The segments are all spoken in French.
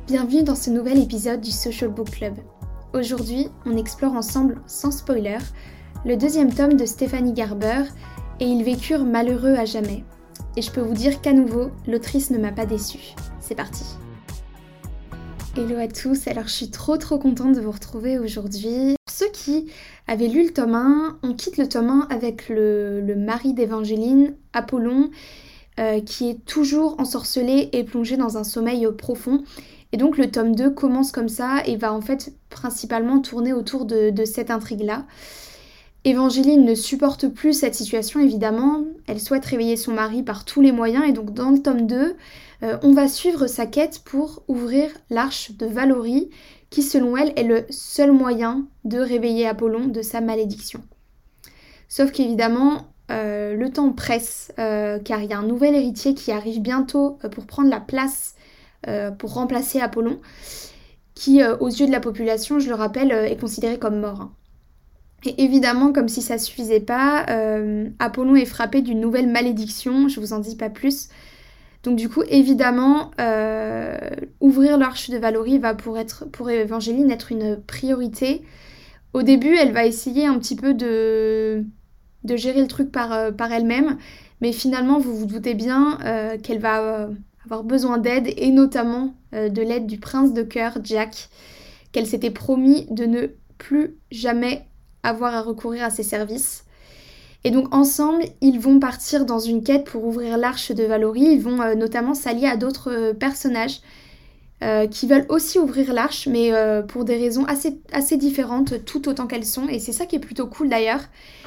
Bienvenue dans ce nouvel épisode du Social Book Club. Aujourd'hui, on explore ensemble, sans spoiler, le deuxième tome de Stéphanie Garber et ils vécurent malheureux à jamais. Et je peux vous dire qu'à nouveau, l'autrice ne m'a pas déçue. C'est parti. Hello à tous, alors je suis trop contente de vous retrouver aujourd'hui. Pour ceux qui avaient lu le tome 1, on quitte le tome 1 avec le mari d'Évangéline, Apollon, qui est toujours ensorcelé et plongé dans un sommeil profond. Et donc le tome 2 commence comme ça et va en fait principalement tourner autour de cette intrigue-là. Évangéline ne supporte plus cette situation évidemment, elle souhaite réveiller son mari par tous les moyens et donc dans le tome 2, on va suivre sa quête pour ouvrir l'arche de Valorie qui selon elle est le seul moyen de réveiller Apollon de sa malédiction. Sauf qu'évidemment, le temps presse car il y a un nouvel héritier qui arrive bientôt pour prendre la place, pour remplacer Apollon, qui aux yeux de la population, je le rappelle, est considéré comme mort. Et évidemment, comme si ça suffisait pas, Apollon est frappé d'une nouvelle malédiction, je vous en dis pas plus. Donc du coup, évidemment, ouvrir l'arche de Valorie va pour Évangéline être une priorité. Au début, elle va essayer un petit peu de gérer le truc par elle-même, mais finalement, vous vous doutez bien qu'elle va avoir besoin d'aide, et notamment de l'aide du prince de cœur, Jack, qu'elle s'était promis de ne plus jamais avoir à recourir à ses services. Et donc ensemble, ils vont partir dans une quête pour ouvrir l'arche de Valorie. Ils vont notamment s'allier à d'autres personnages qui veulent aussi ouvrir l'arche, mais pour des raisons assez différentes, tout autant qu'elles sont. Et c'est ça qui est plutôt cool d'ailleurs.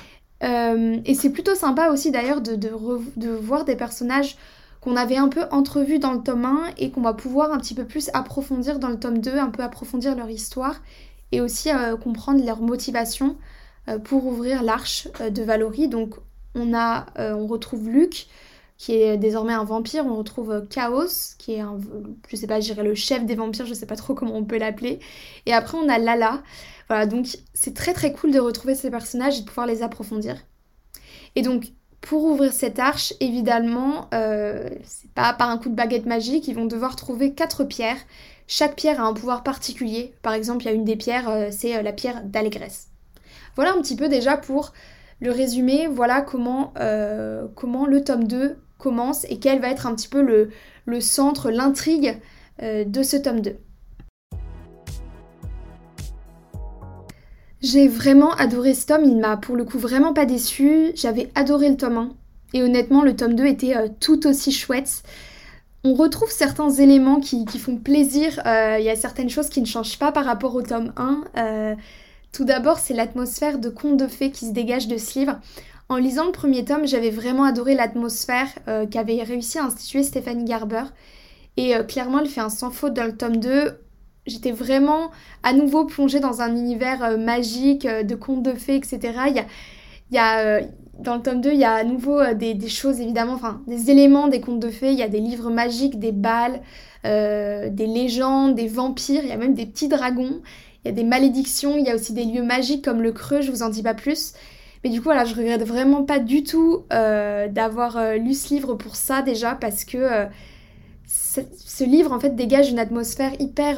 Et c'est plutôt sympa aussi d'ailleurs de voir des personnages qu'on avait un peu entrevus dans le tome 1 et qu'on va pouvoir un petit peu plus approfondir dans le tome 2, un peu approfondir leur histoire et aussi comprendre leur motivation pour ouvrir l'arche de Valorie. Donc on retrouve Luc, qui est désormais un vampire, on retrouve Chaos, qui est je sais pas, je dirais le chef des vampires, je sais pas trop comment on peut l'appeler, et après on a Lala. Voilà, donc c'est très cool de retrouver ces personnages et de pouvoir les approfondir. Et donc, pour ouvrir cette arche, évidemment, c'est pas par un coup de baguette magique, ils vont devoir trouver 4 pierres. Chaque pierre a un pouvoir particulier. Par exemple, il y a une des pierres, c'est la pierre d'allégresse. Voilà un petit peu déjà pour le résumé, voilà comment le tome 2 commence et quel va être un petit peu le centre, l'intrigue de ce tome 2. J'ai vraiment adoré ce tome, il m'a pour le coup vraiment pas déçu. J'avais adoré le tome 1 et honnêtement le tome 2 était tout aussi chouette. On retrouve certains éléments qui font plaisir, il y a certaines choses qui ne changent pas par rapport au tome 1. Tout d'abord, c'est l'atmosphère de conte de fées qui se dégage de ce livre. En lisant le premier tome, j'avais vraiment adoré l'atmosphère qu'avait réussi à instituer Stéphanie Garber. Et clairement, elle fait un sans faute dans le tome 2. J'étais vraiment à nouveau plongée dans un univers magique, de contes de fées, etc. Dans le tome 2, il y a à nouveau des choses, évidemment, enfin, des éléments des contes de fées. Il y a des livres magiques, des balles, des légendes, des vampires, il y a même des petits dragons. Il y a des malédictions, il y a aussi des lieux magiques comme le Creux, je vous en dis pas plus. Mais du coup, voilà, je regrette vraiment pas du tout d'avoir lu ce livre pour ça déjà, parce que ce livre, en fait, dégage une atmosphère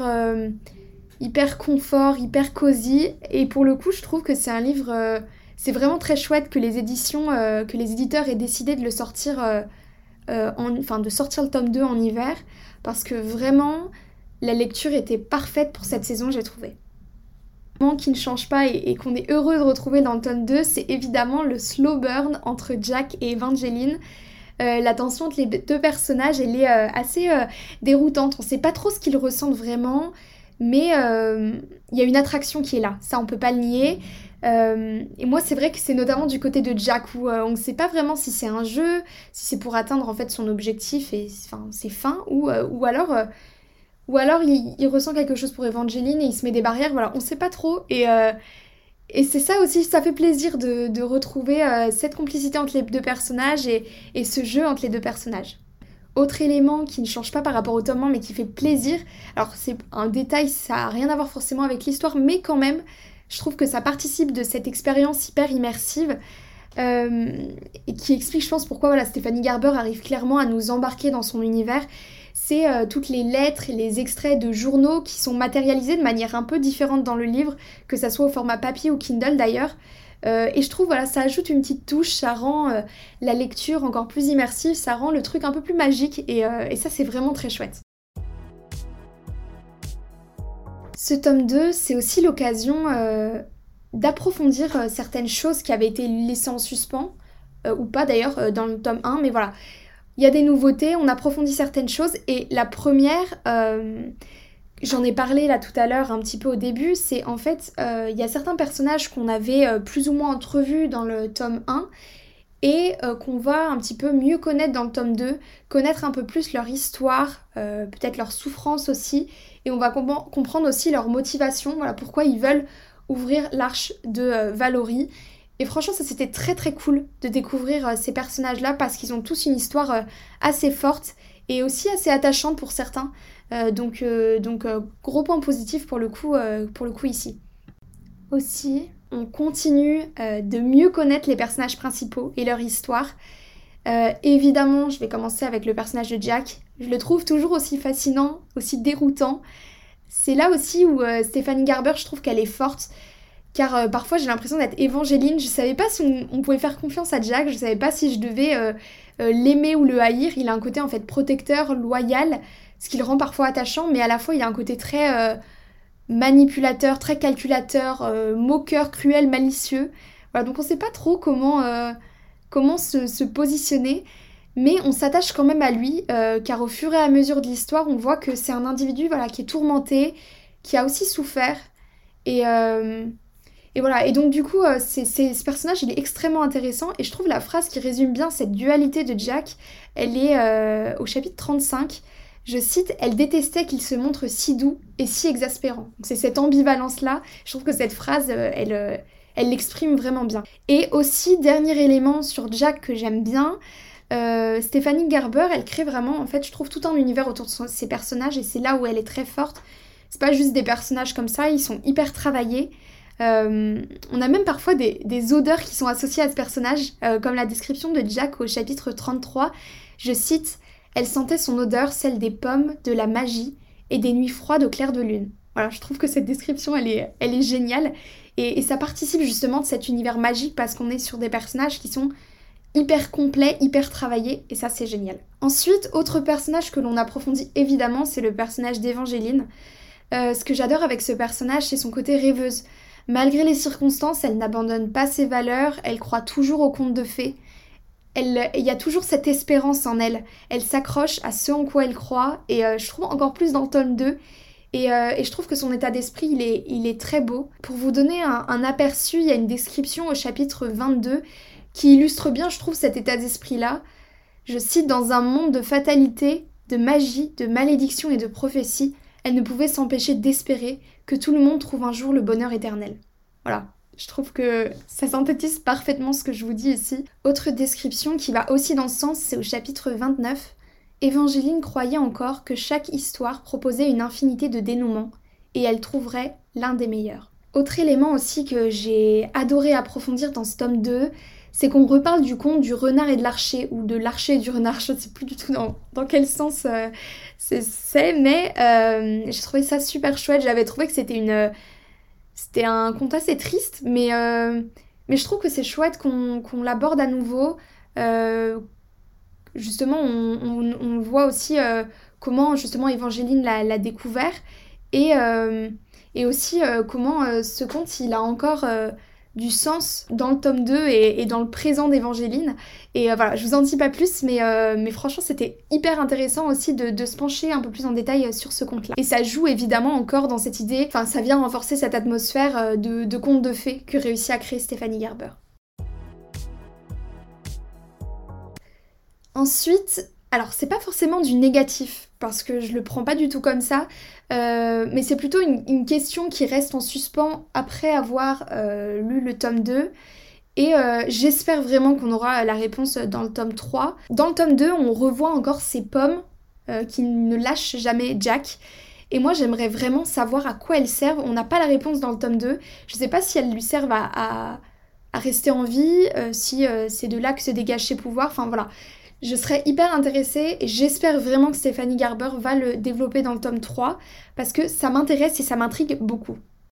hyper confort, hyper cosy. Et pour le coup, je trouve que c'est un livre... c'est vraiment très chouette que les éditeurs aient décidé de le sortir, de sortir le tome 2 en hiver, parce que vraiment, la lecture était parfaite pour cette saison, j'ai trouvé. Qui ne change pas et qu'on est heureux de retrouver dans le tome 2, c'est évidemment le slow burn entre Jack et Évangéline. La tension entre les deux personnages, elle est assez déroutante. On ne sait pas trop ce qu'ils ressentent vraiment, mais il y a une attraction qui est là. Ça, on ne peut pas le nier. Et moi, c'est vrai que c'est notamment du côté de Jack où on ne sait pas vraiment si c'est un jeu, si c'est pour atteindre en fait son objectif et ses fins, ou alors il ressent quelque chose pour Évangéline et il se met des barrières. Voilà, on ne sait pas trop. Et c'est ça aussi, ça fait plaisir de retrouver cette complicité entre les deux personnages et ce jeu entre les deux personnages. Autre élément qui ne change pas par rapport au tome 1 mais qui fait plaisir, alors c'est un détail, ça n'a rien à voir forcément avec l'histoire, mais quand même, je trouve que ça participe de cette expérience hyper immersive et qui explique, je pense, pourquoi Stéphanie Garber arrive clairement à nous embarquer dans son univers. c'est toutes les lettres et les extraits de journaux qui sont matérialisés de manière un peu différente dans le livre, que ça soit au format papier ou Kindle d'ailleurs. Et je trouve, voilà, ça ajoute une petite touche, ça rend la lecture encore plus immersive, ça rend le truc un peu plus magique, et ça c'est vraiment très chouette. Ce tome 2, c'est aussi l'occasion d'approfondir certaines choses qui avaient été laissées en suspens, ou pas d'ailleurs dans le tome 1, mais voilà. Il y a des nouveautés, on approfondit certaines choses, et la première, j'en ai parlé là tout à l'heure un petit peu au début, c'est en fait, il y a certains personnages qu'on avait plus ou moins entrevus dans le tome 1, et qu'on va un petit peu mieux connaître dans le tome 2, connaître un peu plus leur histoire, peut-être leur souffrance aussi, et on va comprendre aussi leur motivation, voilà, pourquoi ils veulent ouvrir l'arche de Valory. Et franchement, ça c'était très très cool de découvrir ces personnages-là parce qu'ils ont tous une histoire assez forte et aussi assez attachante pour certains. Donc, gros point positif pour le coup ici. Aussi, on continue de mieux connaître les personnages principaux et leur histoire. Évidemment, je vais commencer avec le personnage de Jack. Je le trouve toujours aussi fascinant, aussi déroutant. C'est là aussi où Stephanie Garber, je trouve qu'elle est forte. Car parfois j'ai l'impression d'être Évangeline, je savais pas si on pouvait faire confiance à Jack, je savais pas si je devais l'aimer ou le haïr. Il a un côté en fait protecteur, loyal, ce qui le rend parfois attachant, mais à la fois il a un côté très manipulateur, très calculateur, moqueur, cruel, malicieux. Voilà, donc on sait pas trop comment se positionner, mais on s'attache quand même à lui, car au fur et à mesure de l'histoire, on voit que c'est un individu voilà, qui est tourmenté, qui a aussi souffert, et voilà, et donc du coup, ce personnage, il est extrêmement intéressant, et je trouve la phrase qui résume bien cette dualité de Jack, elle est au chapitre 35, je cite, « Elle détestait qu'il se montre si doux et si exaspérant ». Donc c'est cette ambivalence-là, je trouve que cette phrase, elle l'exprime vraiment bien. Et aussi, dernier élément sur Jack que j'aime bien, Stephanie Garber, elle crée vraiment, en fait, je trouve tout un univers autour de ses personnages, et c'est là où elle est très forte. C'est pas juste des personnages comme ça, ils sont hyper travaillés. On a même parfois des odeurs qui sont associées à ce personnage, comme la description de Jack au chapitre 33. Je cite, « Elle sentait son odeur, celle des pommes, de la magie et des nuits froides au clair de lune ». Voilà, je trouve que cette description, elle est géniale. Et ça participe justement de cet univers magique parce qu'on est sur des personnages qui sont hyper complets, hyper travaillés, et ça c'est génial. Ensuite, autre personnage que l'on approfondit évidemment, c'est le personnage d'Évangeline. Ce que j'adore avec ce personnage, c'est son côté rêveuse. Malgré les circonstances, elle n'abandonne pas ses valeurs, elle croit toujours au conte de fées. Il y a toujours cette espérance en elle. Elle s'accroche à ce en quoi elle croit, et je trouve encore plus dans le tome 2. Et je trouve que son état d'esprit, il est très beau. Pour vous donner un aperçu, il y a une description au chapitre 22 qui illustre bien, je trouve, cet état d'esprit-là. Je cite, « Dans un monde de fatalité, de magie, de malédiction et de prophétie, elle ne pouvait s'empêcher d'espérer que tout le monde trouve un jour le bonheur éternel. » Voilà, je trouve que ça synthétise parfaitement ce que je vous dis ici. Autre description qui va aussi dans ce sens, c'est au chapitre 29. Évangeline croyait encore que chaque histoire proposait une infinité de dénouements, et elle trouverait l'un des meilleurs. Autre élément aussi que j'ai adoré approfondir dans ce tome 2, c'est qu'on reparle du conte du renard et de l'archer, ou de l'archer et du renard, je ne sais plus du tout dans quel sens c'est, mais j'ai trouvé ça super chouette. J'avais trouvé que c'était un conte assez triste, mais je trouve que c'est chouette qu'on l'aborde à nouveau. Justement, on voit aussi comment justement Évangeline l'a découvert, et aussi comment ce conte, il a encore du sens dans le tome 2 et dans le présent d'Évangeline. Et voilà, je vous en dis pas plus, mais franchement, c'était hyper intéressant aussi de se pencher un peu plus en détail sur ce conte-là. Et ça joue évidemment encore dans cette idée, enfin ça vient renforcer cette atmosphère de conte de fées que réussit à créer Stephanie Garber. Ensuite, alors c'est pas forcément du négatif, parce que je le prends pas du tout comme ça, mais c'est plutôt une question qui reste en suspens après avoir lu le tome 2, et j'espère vraiment qu'on aura la réponse dans le tome 3. Dans le tome 2, on revoit encore ces pommes qui ne lâchent jamais Jack, et moi j'aimerais vraiment savoir à quoi elles servent. On n'a pas la réponse dans le tome 2, je sais pas si elles lui servent à rester en vie, si c'est de là que se dégagent ses pouvoirs, enfin voilà. Je serais hyper intéressée et j'espère vraiment que Stéphanie Garber va le développer dans le tome 3 parce que ça m'intéresse et ça m'intrigue beaucoup.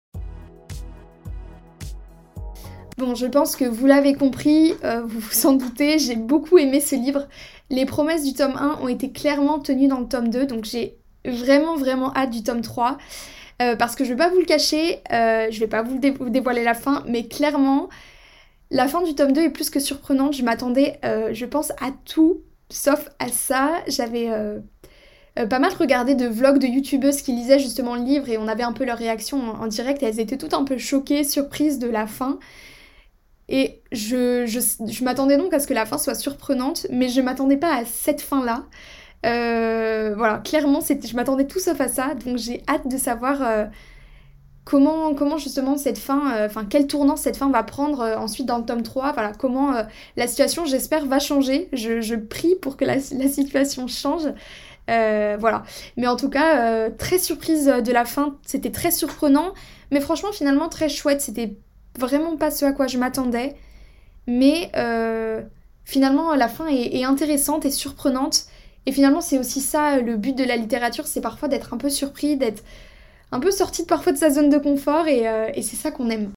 Bon, je pense que vous l'avez compris, vous vous en doutez, j'ai beaucoup aimé ce livre. Les promesses du tome 1 ont été clairement tenues dans le tome 2, donc j'ai vraiment hâte du tome 3. Parce que je vais pas vous le cacher, je vais pas vous dévoiler la fin, mais clairement, la fin du tome 2 est plus que surprenante. Je m'attendais, je pense, à tout, sauf à ça. J'avais pas mal regardé de vlogs de youtubeuses qui lisaient justement le livre et on avait un peu leur réaction en direct et elles étaient toutes un peu choquées, surprises de la fin. Et je m'attendais donc à ce que la fin soit surprenante, mais je m'attendais pas à cette fin-là. Voilà, clairement, je m'attendais tout sauf à ça, donc j'ai hâte de savoir comment justement cette fin, quel tournant cette fin va prendre ensuite dans le tome 3, voilà, comment la situation, j'espère, va changer. Je prie pour que la situation change. Voilà, mais en tout cas, très surprise de la fin, c'était très surprenant, mais franchement, finalement, très chouette, c'était vraiment pas ce à quoi je m'attendais, mais finalement la fin est intéressante et surprenante, et finalement c'est aussi ça le but de la littérature, c'est parfois d'être un peu surpris, d'être un peu sorti parfois de sa zone de confort, et c'est ça qu'on aime.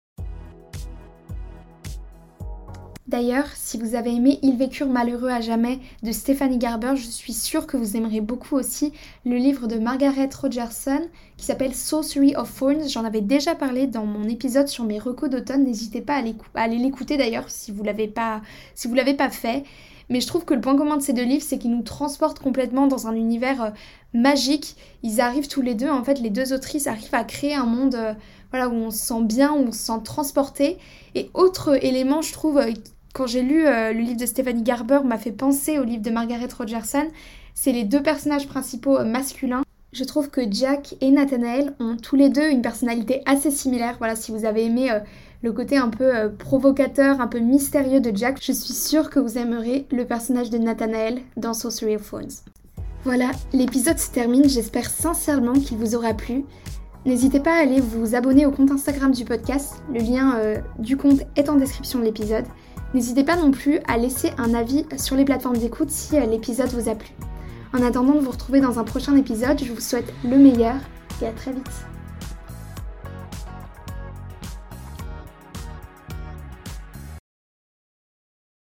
D'ailleurs, si vous avez aimé Ils vécurent malheureux à jamais de Stéphanie Garber, je suis sûre que vous aimerez beaucoup aussi le livre de Margaret Rogerson qui s'appelle Sorcery of Thorns. J'en avais déjà parlé dans mon épisode sur mes recos d'automne, n'hésitez pas à aller l'écouter d'ailleurs si vous l'avez pas fait. Mais je trouve que le point commun de ces deux livres, c'est qu'ils nous transportent complètement dans un univers magique. Ils arrivent tous les deux, en fait, les deux autrices arrivent à créer un monde où on se sent bien, où on se sent transporté. Et autre élément, je trouve, quand j'ai lu le livre de Stéphanie Garber, m'a fait penser au livre de Margaret Rogerson, c'est les deux personnages principaux masculins. Je trouve que Jack et Nathanael ont tous les deux une personnalité assez similaire. Voilà, si vous avez aimé le côté un peu provocateur, un peu mystérieux de Jack, je suis sûre que vous aimerez le personnage de Nathanael dans Sorcery of Thorns. Voilà, l'épisode se termine, j'espère sincèrement qu'il vous aura plu. N'hésitez pas à aller vous abonner au compte Instagram du podcast, le lien du compte est en description de l'épisode. N'hésitez pas non plus à laisser un avis sur les plateformes d'écoute si l'épisode vous a plu. En attendant de vous retrouver dans un prochain épisode, je vous souhaite le meilleur et à très vite.